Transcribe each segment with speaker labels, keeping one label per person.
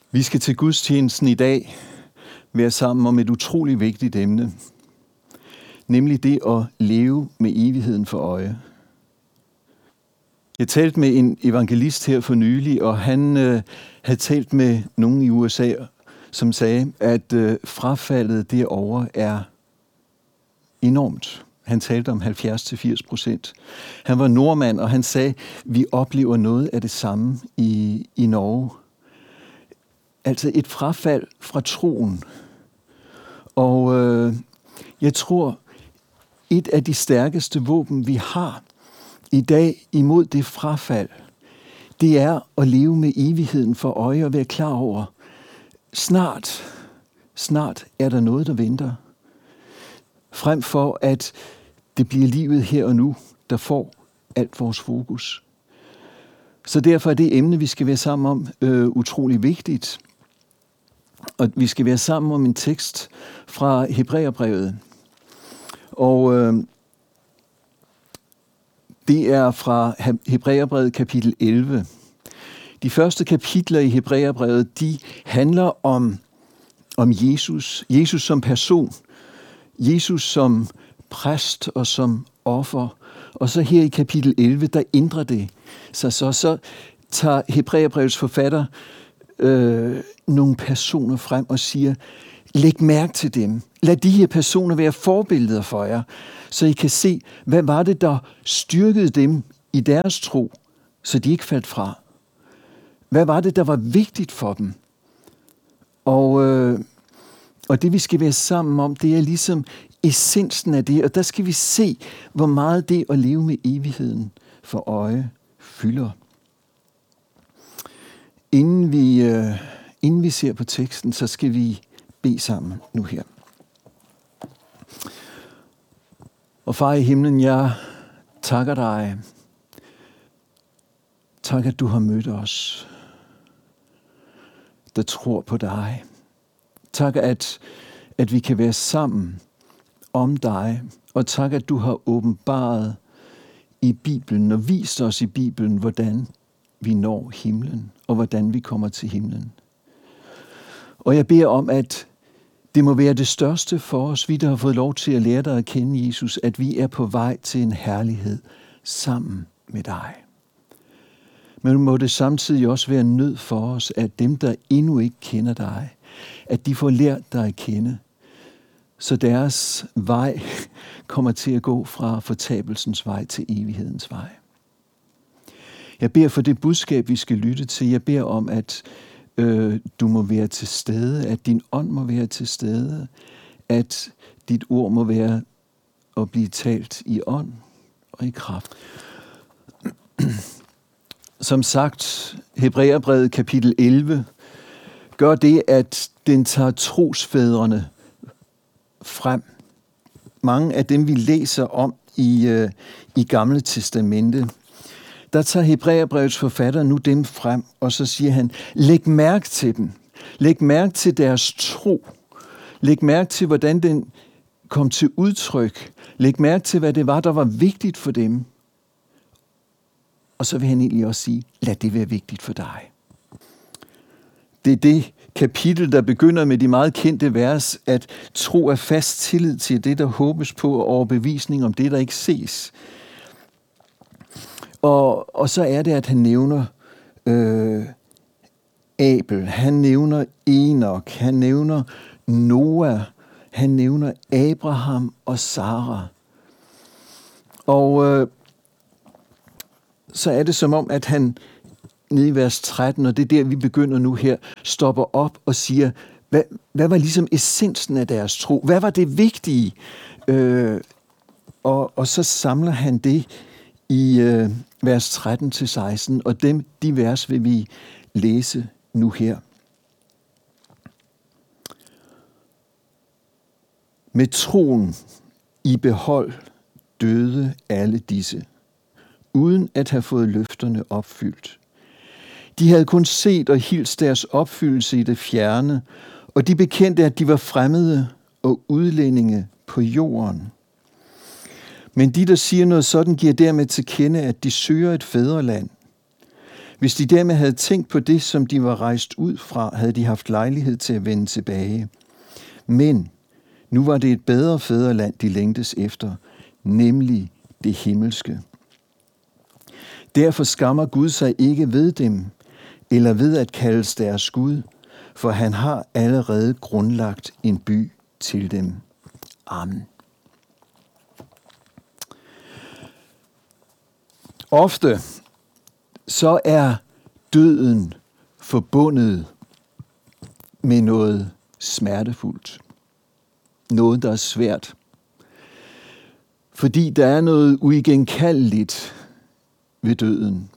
Speaker 1: Vi skal til gudstjenesten i dag være sammen om et utroligt vigtigt emne, nemlig det at leve med evigheden for øje. Jeg talte med en evangelist her for nylig, og han havde talt med nogen i USA, som sagde, at frafaldet derovre er enormt. Han talte om 70-80%. Han var nordmand, og han sagde, vi oplever noget af det samme i Norge. Altså et frafald fra troen. Og jeg tror, et af de stærkeste våben, vi har i dag imod det frafald, det er at leve med evigheden for øje og være klar over, snart er der noget, der venter. Frem for at det bliver livet her og nu, der får alt vores fokus. Så derfor er det emne, vi skal være sammen om, utrolig vigtigt. Og vi skal være sammen om en tekst fra Hebræerbrevet. Og det er fra Hebræerbrevet kapitel 11. De første kapitler i Hebræerbrevet, de handler om Jesus. Jesus som person. Jesus som præst og som offer. Og så her i kapitel 11, der ændrer det sig. Så tager Hebræerbrevets forfatter nogle personer frem og siger, læg mærke til dem. Lad de her personer være forbilleder for jer, så I kan se, hvad var det, der styrkede dem i deres tro, så de ikke faldt fra. Hvad var det, der var vigtigt for dem? Og det, vi skal være sammen om, det er ligesom essensen af det, og der skal vi se, hvor meget det at leve med evigheden for øje fylder. Inden vi ser på teksten, så skal vi bede sammen nu her. Og far i himlen, jeg takker dig. Tak, at du har mødt os, der tror på dig. Tak, at vi kan være sammen om dig. Og tak, at du har åbenbaret i Bibelen og vist os i Bibelen, hvordan vi når himlen, og hvordan vi kommer til himlen. Og jeg beder om, at det må være det største for os, vi der har fået lov til at lære dig at kende, Jesus, at vi er på vej til en herlighed sammen med dig. Men må det samtidig også være nød for os, at dem, der endnu ikke kender dig, at de får lært dig at kende, så deres vej kommer til at gå fra fortabelsens vej til evighedens vej. Jeg beder for det budskab, vi skal lytte til. Jeg beder om, at du må være til stede, at din ånd må være til stede, at dit ord må være at blive talt i ånd og i kraft. Som sagt, Hebræerbrevet kapitel 11 gør det, at den tager trosfædrene frem. Mange af dem, vi læser om i Gamle Testamente, der tager Hebræerbrevets forfatter nu dem frem, og så siger han, læg mærke til dem. Læg mærke til deres tro. Læg mærke til, hvordan den kom til udtryk. Læg mærke til, hvad det var, der var vigtigt for dem. Og så vil han egentlig også sige, lad det være vigtigt for dig. Det er det kapitel, der begynder med de meget kendte vers, at tro er fast tillid til det, der håbes på, og overbevisning om det, der ikke ses. Og så er det, at han nævner Abel, han nævner Enok, han nævner Noah, han nævner Abraham og Sara. Og så er det som om, at han nede i vers 13, og det er der, vi begynder nu her, stopper op og siger, hvad var ligesom essensen af deres tro? Hvad var det vigtige? Og så samler han det i vers 13-16, og de vers vil vi læse nu her. Med troen i behold døde alle disse, uden at have fået løfterne opfyldt. De havde kun set og hilst deres opfyldelse i det fjerne, og de bekendte, at de var fremmede og udlændinge på jorden. Men de, der siger noget sådan, giver dermed til kende, at de søger et fædreland. Hvis de dermed havde tænkt på det, som de var rejst ud fra, havde de haft lejlighed til at vende tilbage. Men nu var det et bedre fædreland, de længtes efter, nemlig det himmelske. Derfor skammer Gud sig ikke ved dem, eller ved at kaldes deres Gud, for han har allerede grundlagt en by til dem. Amen. Ofte så er døden forbundet med noget smertefuldt. Noget, der er svært. Fordi der er noget uigenkaldeligt ved døden.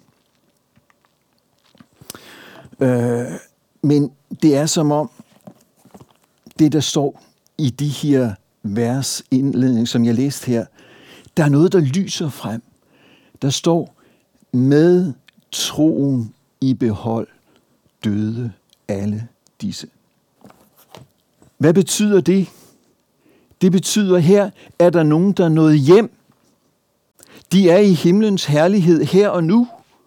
Speaker 1: Men det er som om, det der står i de her vers indledning, som jeg læste her, der er noget, der lyser frem. Der står, med troen i behold døde alle disse. Hvad betyder det? Det betyder, her er der nogen, der er nået hjem. De er i himlens herlighed her og nu.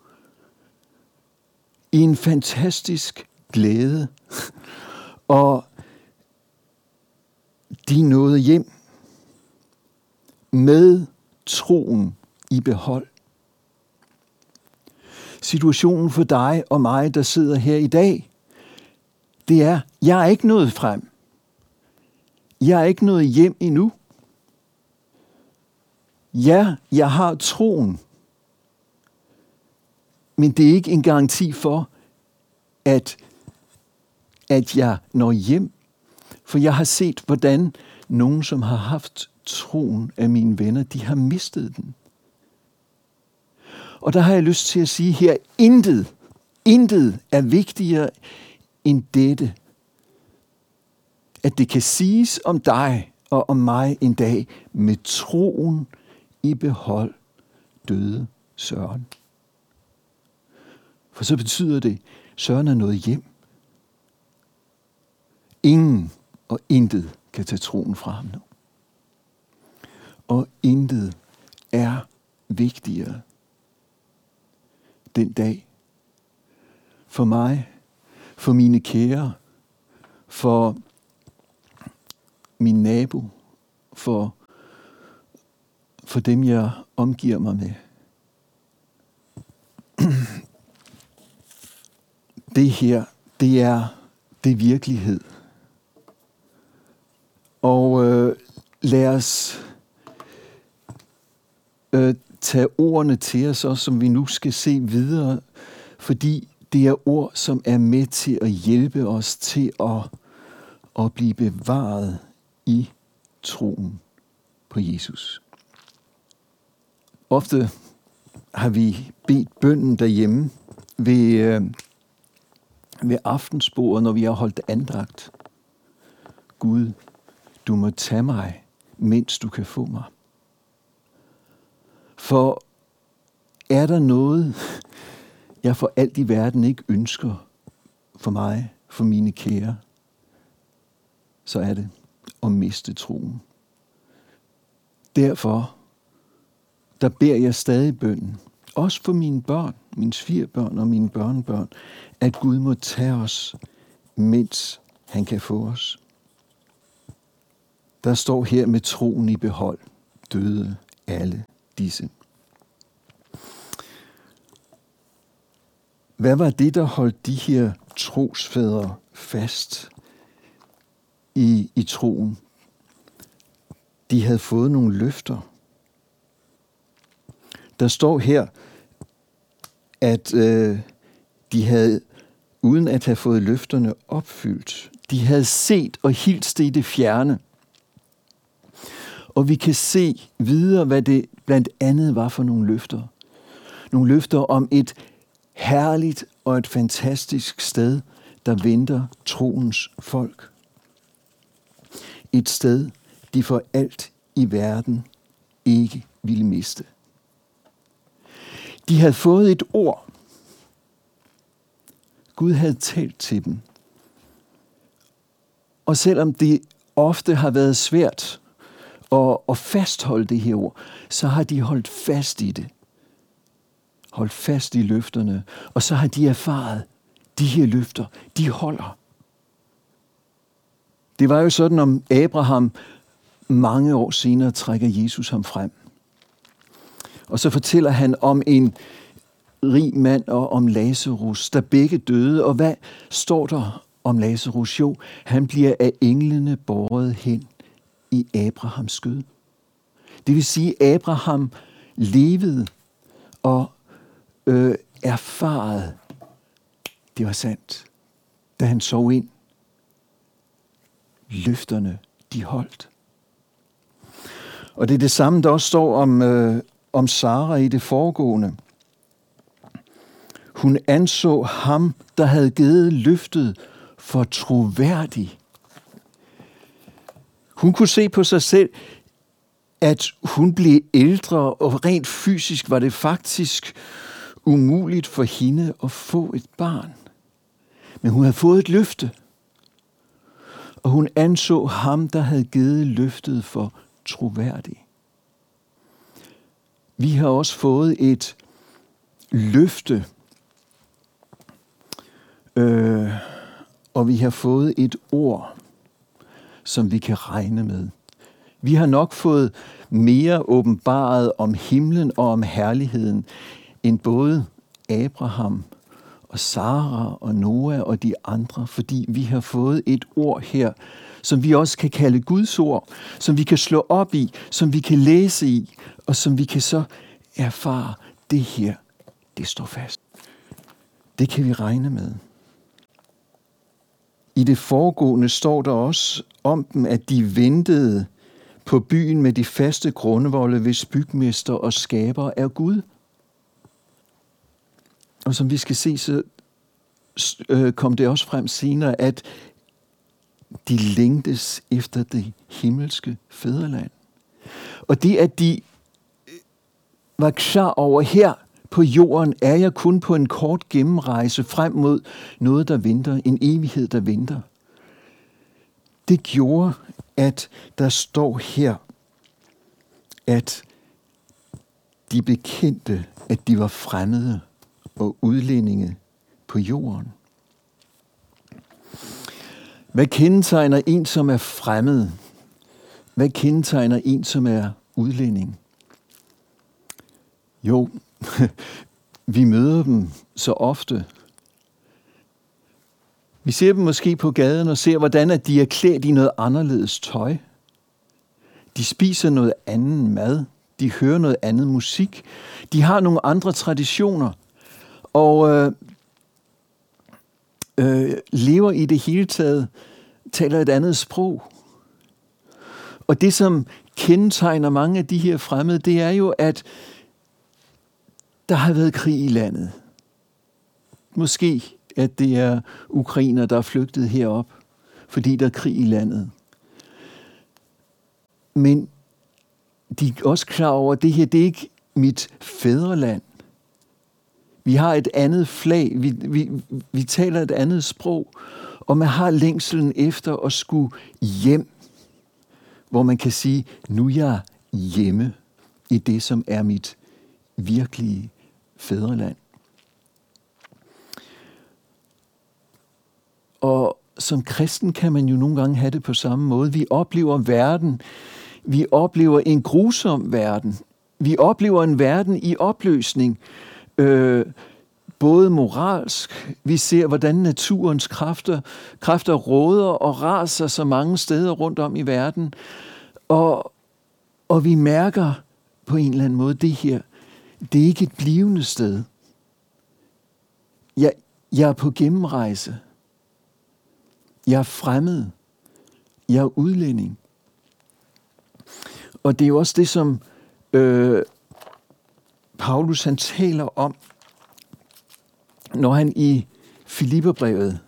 Speaker 1: I en fantastisk glæde. Og de nåede hjem med troen i behold. Situationen for dig og mig, der sidder her i dag, det er, jeg er ikke nået frem. Jeg er ikke nået hjem endnu. Ja, jeg har troen. Men det er ikke en garanti for, at jeg når hjem. For jeg har set, hvordan nogen, som har haft troen af mine venner, de har mistet den. Og der har jeg lyst til at sige her, intet er vigtigere end dette. At det kan siges om dig og om mig en dag, med troen i behold døde Søren. For så betyder det, Søren er nået hjem. Ingen og intet kan tage troen fra ham nu. Og intet er vigtigere den dag. For mig, for mine kære, for min nabo, for dem, jeg omgiver mig med. Det her, det er virkelighed. Og lad os tage ordene til os, også, som vi nu skal se videre, fordi det er ord, som er med til at hjælpe os til at blive bevaret i troen på Jesus. Ofte har vi bedt bønnen derhjemme ved aftensbordet, når vi har holdt andagt. Gud, du må tage mig, mens du kan få mig. For er der noget, jeg for alt i verden ikke ønsker for mig, for mine kære, så er det at miste troen. Derfor, der beder jeg stadig bønnen, også for mine børn, mine svigerbørn og mine børnebørn, at Gud må tage os, mens han kan få os. Der står her, med troen i behold døde alle disse. Hvad var det, der holdt de her trosfædre fast i troen? De havde fået nogle løfter. Der står her, at de havde, uden at have fået løfterne opfyldt, de havde set og hilst det i det fjerne. Og vi kan se videre, hvad det blandt andet var for nogle løfter. Nogle løfter om et herligt og et fantastisk sted, der venter troens folk. Et sted, de for alt i verden ikke ville miste. De havde fået et ord. Gud havde talt til dem. Og selvom det ofte har været svært at fastholde det her ord, så har de holdt fast i det. holdt fast i løfterne, og så har de erfaret, de her løfter, de holder. Det var jo sådan, om Abraham mange år senere trækker Jesus ham frem. Og så fortæller han om en rig mand og om Lazarus, der begge døde. Og hvad står der om Lazarus? Jo, han bliver af englene båret hen i Abrahams skød. Det vil sige, at Abraham levede og erfarede, det var sandt, da han sov ind. Løfterne, de holdt. Og det er det samme, der også står om Sara i det foregående. Hun anså ham, der havde givet løftet, for troværdig. Hun kunne se på sig selv, at hun blev ældre, og rent fysisk var det faktisk umuligt for hende at få et barn. Men hun havde fået et løfte. Og hun anså ham, der havde givet løftet, for troværdig. Vi har også fået et løfte, og vi har fået et ord, som vi kan regne med. Vi har nok fået mere åbenbaret om himlen og om herligheden, end både Abraham og Sara og Noah og de andre, fordi vi har fået et ord her, som vi også kan kalde Guds ord, som vi kan slå op i, som vi kan læse i, og som vi kan så erfare, det her, det står fast. Det kan vi regne med. I det foregående står der også om dem, at de ventede på byen med de faste grundvolde, hvis bygmester og skaber er Gud. Og som vi skal se, så kom det også frem senere, at de længtes efter det himmelske fædreland. Og det, at de var klar over, her på jorden er jeg kun på en kort gennemrejse frem mod noget, der venter, en evighed, der venter. Det gjorde, at der står her, at de bekendte, at de var fremmede og udlændinge på jorden. Hvad kendetegner en, som er fremmed? Hvad kendetegner en, som er udlænding? Jo, vi møder dem så ofte. Vi ser dem måske på gaden og ser, hvordan at de er klædt i noget anderledes tøj. De spiser noget anden mad. De hører noget andet musik. De har nogle andre traditioner. Og lever i det hele taget, taler et andet sprog. Og det, som kendetegner mange af de her fremmede, det er jo, at der har været krig i landet. Måske, at det er ukrainer, der er flygtet herop, fordi der er krig i landet. Men de er også klar over, at det her, det er ikke mit fædreland. Vi har et andet flag, vi taler et andet sprog, og man har længselen efter at skulle hjem, hvor man kan sige, nu er jeg hjemme i det, som er mit virkelige fædreland. Og som kristen kan man jo nogle gange have det på samme måde. Vi oplever verden. Vi oplever en grusom verden. Vi oplever en verden i opløsning. Både moralsk. Vi ser, hvordan naturens kræfter råder og raser så mange steder rundt om i verden. Og vi mærker på en eller anden måde, det her, det er ikke et blivende sted. Jeg er på gennemrejse. Jeg er fremmed. Jeg er udlænding. Og det er jo også det, som Paulus han taler om, når han i Filipperbrevet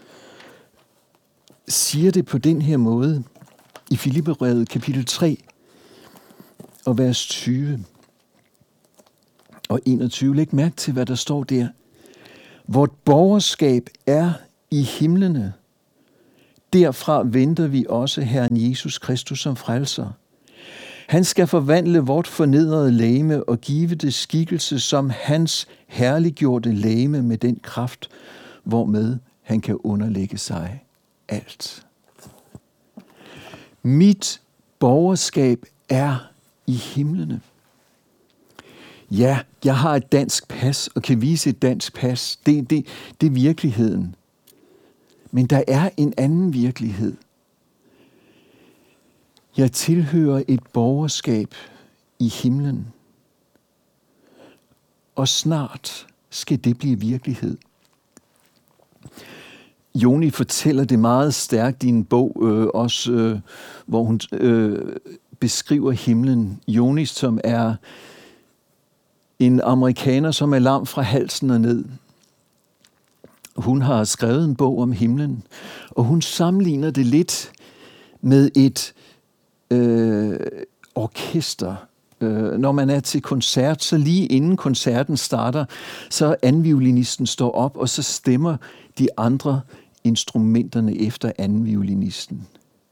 Speaker 1: siger det på den her måde, i Filipperbrevet kapitel 3 og vers 20 og 21. Læg mærke til, hvad der står der. Vort borgerskab er i himlene. Derfra venter vi også Herren Jesus Kristus som frelser. Han skal forvandle vort fornedrede legeme og give det skikkelse som hans herliggjorte legeme med den kraft, hvormed han kan underlægge sig alt. Mit borgerskab er i himlene. Ja, jeg har et dansk pas og kan vise et dansk pas. Det er virkeligheden. Men der er en anden virkelighed. Jeg tilhører et borgerskab i himlen. Og snart skal det blive virkelighed. Joni fortæller det meget stærkt i en bog, hvor hun beskriver himlen. Joni, som er en amerikaner, som er lam fra halsen og ned. Hun har skrevet en bog om himlen, og hun sammenligner det lidt med et orkester. Når man er til koncert, så lige inden koncerten starter, så andenviolinisten står op, og så stemmer de andre instrumenterne efter andenviolinisten.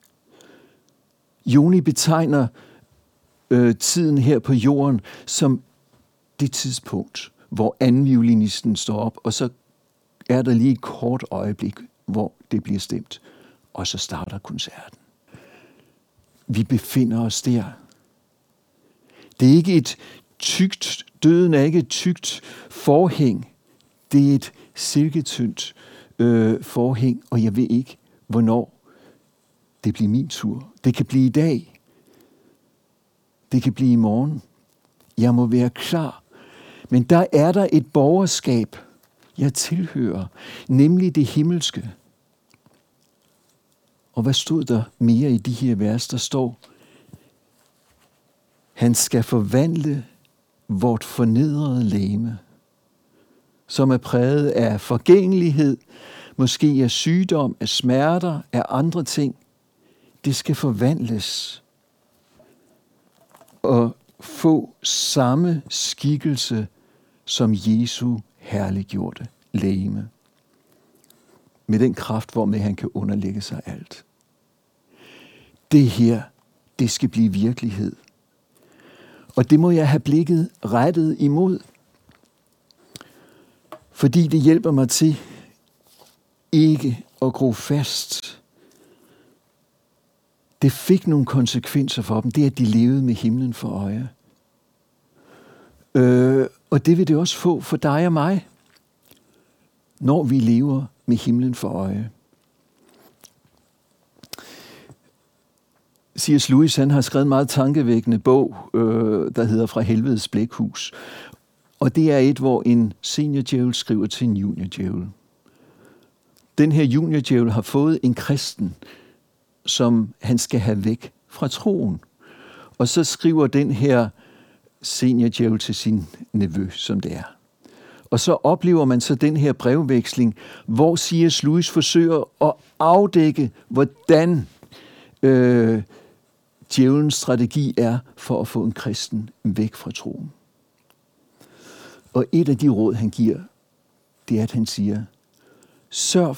Speaker 1: Joni betegner tiden her på jorden som det tidspunkt, hvor andenviolinisten står op, og så er der lige et kort øjeblik, hvor det bliver stemt, og så starter koncerten. Vi befinder os der. Det er ikke et tykt, døden er ikke et tykt forhæng. Det er et silketyndt forhæng, og jeg ved ikke, hvornår det bliver min tur. Det kan blive i dag. Det kan blive i morgen. Jeg må være klar. Men der er der et borgerskab, jeg tilhører, nemlig det himmelske. Og hvad stod der mere i de her vers? Der står, han skal forvandle vort fornedrede legeme, som er præget af forgængelighed, måske af sygdom, af smerter, af andre ting. Det skal forvandles og få samme skikkelse som Jesu herliggjorte legeme. Med den kraft, hvormed han kan underlægge sig alt. Det her, det skal blive virkelighed. Og det må jeg have blikket rettet imod. Fordi det hjælper mig til ikke at gro fast. Det fik nogle konsekvenser for dem. Det er, at de levede med himlen for øje. Og det vil det også få for dig og mig, når vi lever med himlen for øje. C.S. Lewis, han har skrevet en meget tankevækkende bog, der hedder Fra helvedes blækhus. Og det er et, hvor en senior djævel skriver til en junior djævel. Den her junior djævel har fået en kristen, som han skal have væk fra troen. Og så skriver den her senior djævel til sin nevø, som det er. Og så oplever man så den her brevveksling, hvor C.S. Lewis forsøger at afdække, hvordan djævelens strategi er for at få en kristen væk fra troen. Og et af de råd, han giver, det er, at han siger, sørg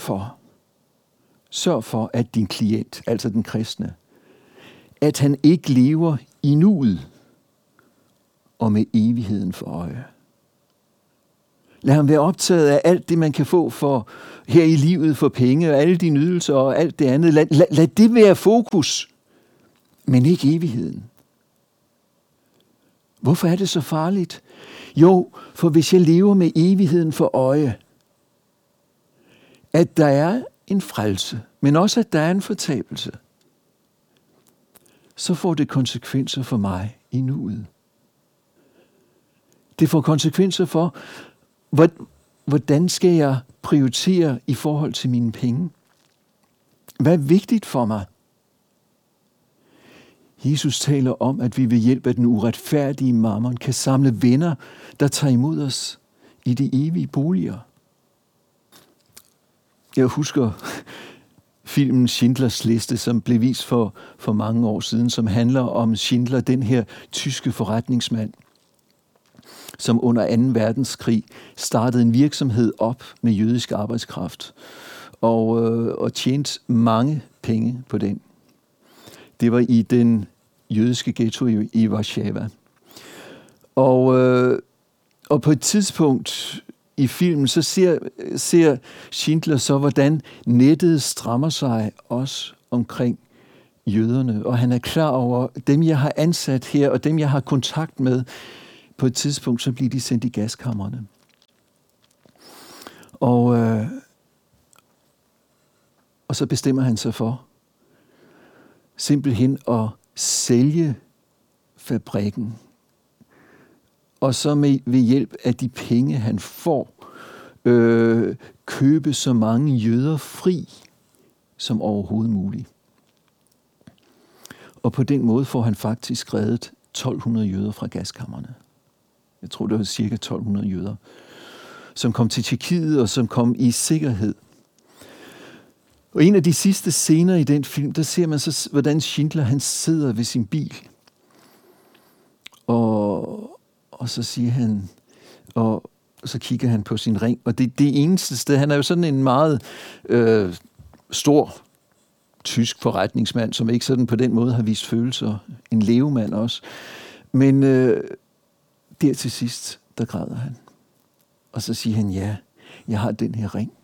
Speaker 1: for, at din klient, altså den kristne, at han ikke lever i nuet og med evigheden for øje. Lad ham være optaget af alt det, man kan få for her i livet for penge, og alle de nydelser og alt det andet. Lad det være fokus, men ikke evigheden. Hvorfor er det så farligt? Jo, for hvis jeg lever med evigheden for øje, at der er en frelse, men også at der er en fortabelse, så får det konsekvenser for mig i nuet. Det får konsekvenser for, hvordan skal jeg prioritere i forhold til mine penge? Hvad er vigtigt for mig? Jesus taler om, at vi ved hjælp af den uretfærdige mammon kan samle venner, der tager imod os i de evige boliger. Jeg husker filmen Schindlers Liste, som blev vist for mange år siden, som handler om Schindler, den her tyske forretningsmand, som under 2. verdenskrig startede en virksomhed op med jødisk arbejdskraft og tjente mange penge på den. Det var i den jødiske ghetto i Warszawa. Og på et tidspunkt i filmen, så ser Schindler så, hvordan nettet strammer sig også omkring jøderne. Og han er klar over, dem jeg har ansat her, og dem jeg har kontakt med, på et tidspunkt, så bliver de sendt i gaskammerne. Og så bestemmer han sig for simpelthen at sælge fabrikken. Og så ved hjælp af de penge, han får, købe så mange jøder fri som overhovedet muligt. Og på den måde får han faktisk reddet 1200 jøder fra gaskammerne. Jeg tror, det var cirka 1200 jøder, som kom til Tjekkiet og som kom i sikkerhed. Og en af de sidste scener i den film, der ser man så, hvordan Schindler han sidder ved sin bil. Og så siger han, og så kigger han på sin ring. Og det eneste sted, han er jo sådan en meget stor tysk forretningsmand, som ikke sådan på den måde har vist følelser. En levemand også. Men der til sidst, der græder han. Og så siger han, ja, jeg har den her ring.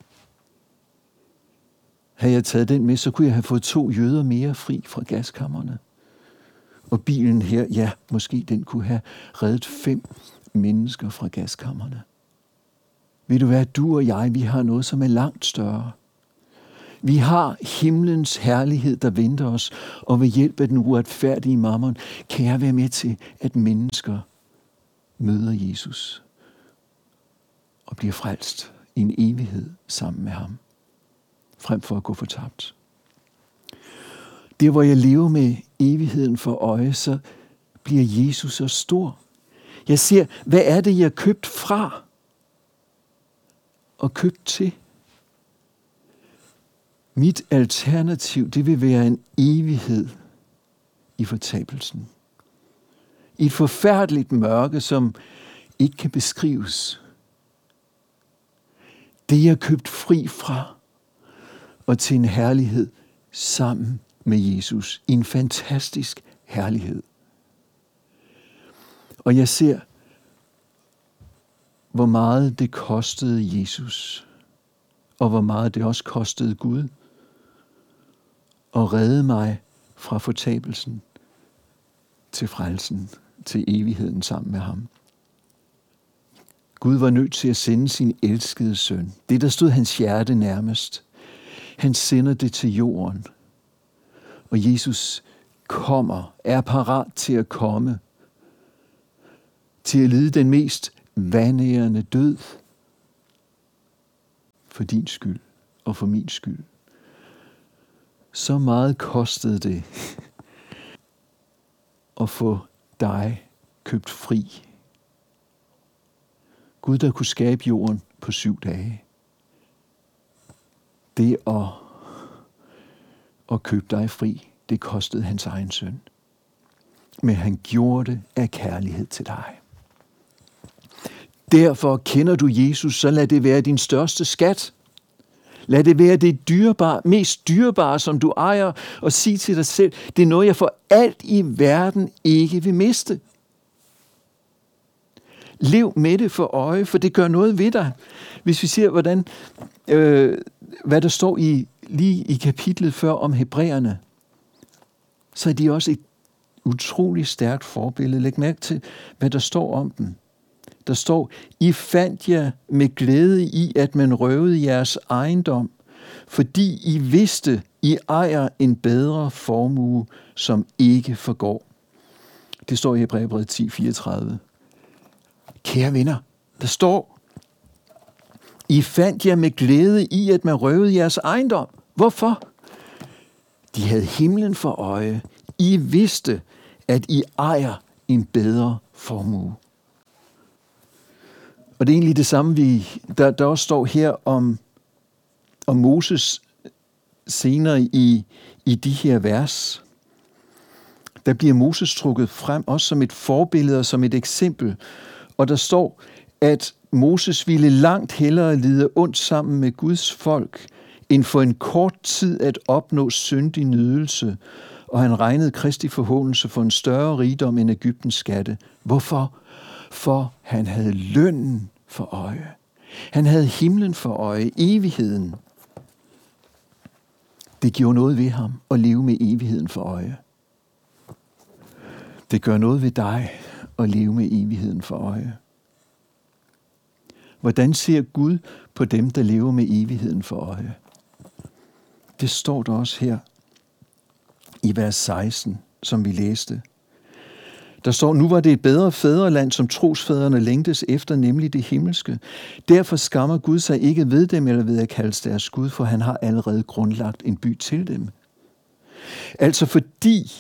Speaker 1: Havde jeg taget den med, så kunne jeg have fået 2 jøder mere fri fra gaskammerne. Og bilen her, ja, måske den kunne have reddet 5 mennesker fra gaskammerne. Ved du hvad, du og jeg, vi har noget, som er langt større. Vi har himlens herlighed, der venter os, og ved hjælp af den uretfærdige mammon, kan jeg være med til, at mennesker møder Jesus og bliver frelst i en evighed sammen med ham, frem for at gå fortabt. Der, hvor jeg lever med evigheden for øje, så bliver Jesus så stor. Jeg ser, hvad er det, jeg har købt fra og købt til? Mit alternativ, det vil være en evighed i fortabelsen. I et forfærdeligt mørke, som ikke kan beskrives. Det, jeg har købt fri fra og til en herlighed sammen med Jesus. En fantastisk herlighed. Og jeg ser, hvor meget det kostede Jesus, og hvor meget det også kostede Gud at redde mig fra fortabelsen til frelsen, til evigheden sammen med ham. Gud var nødt til at sende sin elskede søn. Det, der stod hans hjerte nærmest. Han sender det til jorden. Og Jesus kommer, er parat til at komme, til at lide den mest vanærende død for din skyld og for min skyld. Så meget kostede det at få dig købt fri. Gud, der kunne skabe jorden på 7 dage. Det at købe dig fri, det kostede hans egen søn. Men han gjorde det af kærlighed til dig. Derfor kender du Jesus, så lad det være din største skat. Lad det være det mest dyrebare, som du ejer, og sig til dig selv, det er noget, jeg for alt i verden ikke vil miste. Lev med det for øje, for det gør noget ved dig. Hvis vi ser, hvad der står lige i kapitlet før om hebræerne, så er de også et utroligt stærkt forbillede. Læg mærke til, hvad der står om dem. Der står, I fandt jer med glæde i, at man røvede jeres ejendom, fordi I vidste, I ejer en bedre formue, som ikke forgår. Det står i Hebræerbrevet 10:34. Kære venner, der står, I fandt jer med glæde i, at man røvede jeres ejendom. Hvorfor? De havde himlen for øje. I vidste, at I ejer en bedre formue. Og det er egentlig det samme, der også står her om Moses senere i de her vers. Der bliver Moses trukket frem også som et forbillede og som et eksempel. Og der står, at Moses ville langt hellere lide ondt sammen med Guds folk, end for en kort tid at opnå syndig nydelse og han regnede Kristi forhåndelse for en større rigdom end Egyptens skatte. Hvorfor? For han havde lønnen for øje. Han havde himlen for øje, evigheden. Det gjorde noget ved ham at leve med evigheden for øje. Det gør noget ved dig at leve med evigheden for øje. Hvordan ser Gud på dem, der lever med evigheden for øje? Det står der også her i vers 16, som vi læste. Der står, nu var det et bedre fædreland, som trosfædrene længtes efter, nemlig det himmelske. Derfor skammer Gud sig ikke ved dem, eller ved at kaldes deres Gud, for han har allerede grundlagt en by til dem. Altså fordi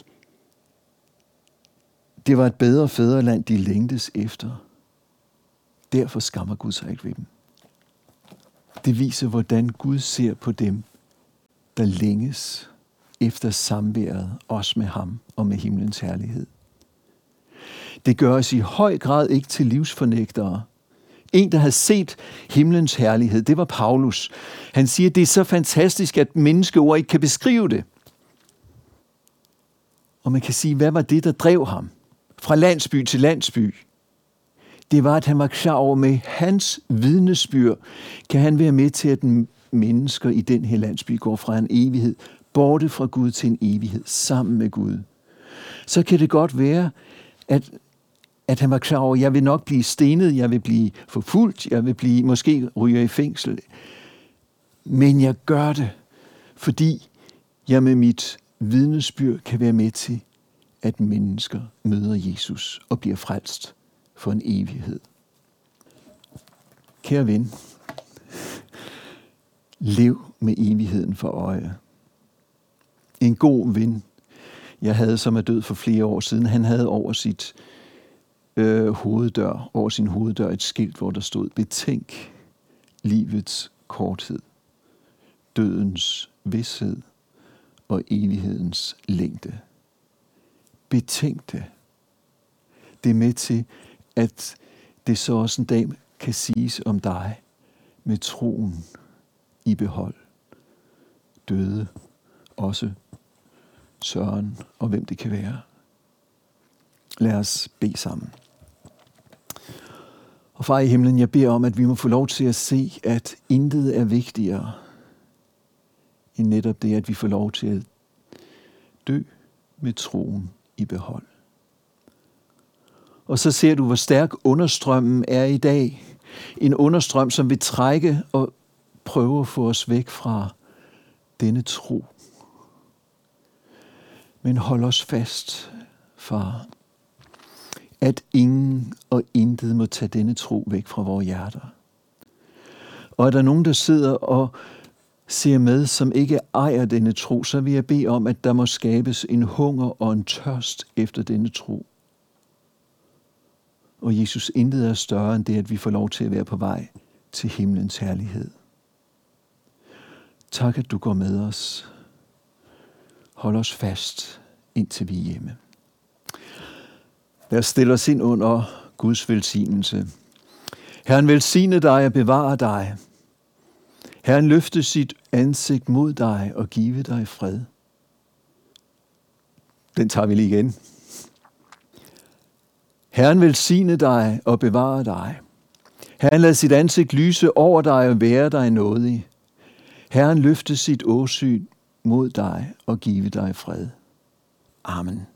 Speaker 1: det var et bedre fædreland, de længtes efter. Derfor skammer Gud sig ikke ved dem. Det viser, hvordan Gud ser på dem, der længes efter samværet, også med ham og med himlens herlighed. Det gør os i høj grad ikke til livsfornægtere. En, der havde set himlens herlighed, det var Paulus. Han siger, at det er så fantastisk, at menneskeord ikke kan beskrive det. Og man kan sige, hvad var det, der drev ham? Fra landsby til landsby. Det var, at han var klar over, med hans vidnesbyrd, kan han være med til, at mennesker i den her landsby går fra en evighed, borte fra Gud til en evighed, sammen med Gud. Så kan det godt være, at han var klar over, at jeg vil nok blive stenet, jeg vil blive forfulgt, jeg vil blive måske ryge i fængsel. Men jeg gør det, fordi jeg med mit vidnesbyrd kan være med til, at mennesker møder Jesus og bliver frelst for en evighed. Kære ven, lev med evigheden for øje. En god ven, jeg havde, som er død for flere år siden, han havde over sit over sin hoveddør et skilt, hvor der stod, betænk livets korthed, dødens vished og evighedens længde. Betænk det. Det er med til, at det så også en dag kan siges om dig med troen i behold. Døde også Søren og hvem det kan være. Lad os bede sammen. Og far i himlen, jeg beder om, at vi må få lov til at se, at intet er vigtigere end netop det, at vi får lov til at dø med troen i behold. Og så ser du, hvor stærk understrømmen er i dag. En understrøm, som vil trække og prøve at få os væk fra denne tro. Men hold os fast, far, at ingen og intet må tage denne tro væk fra vores hjerter. Og er der nogen, der sidder og ser med, som ikke ejer denne tro, så vil jeg bede om, at der må skabes en hunger og en tørst efter denne tro. Og Jesus, intet er større end det, at vi får lov til at være på vej til himlens herlighed. Tak, at du går med os. Hold os fast, indtil vi er hjemme. Lad os stille os ind under Guds velsignelse. Herren velsigne dig og bevare dig. Herren løfte sit ansigt mod dig og give dig fred. Den tager vi lige igen. Herren velsigne dig og bevare dig. Herren lad sit ansigt lyse over dig og være dig nådig. Herren løfte sit åsyn mod dig og give dig fred. Amen.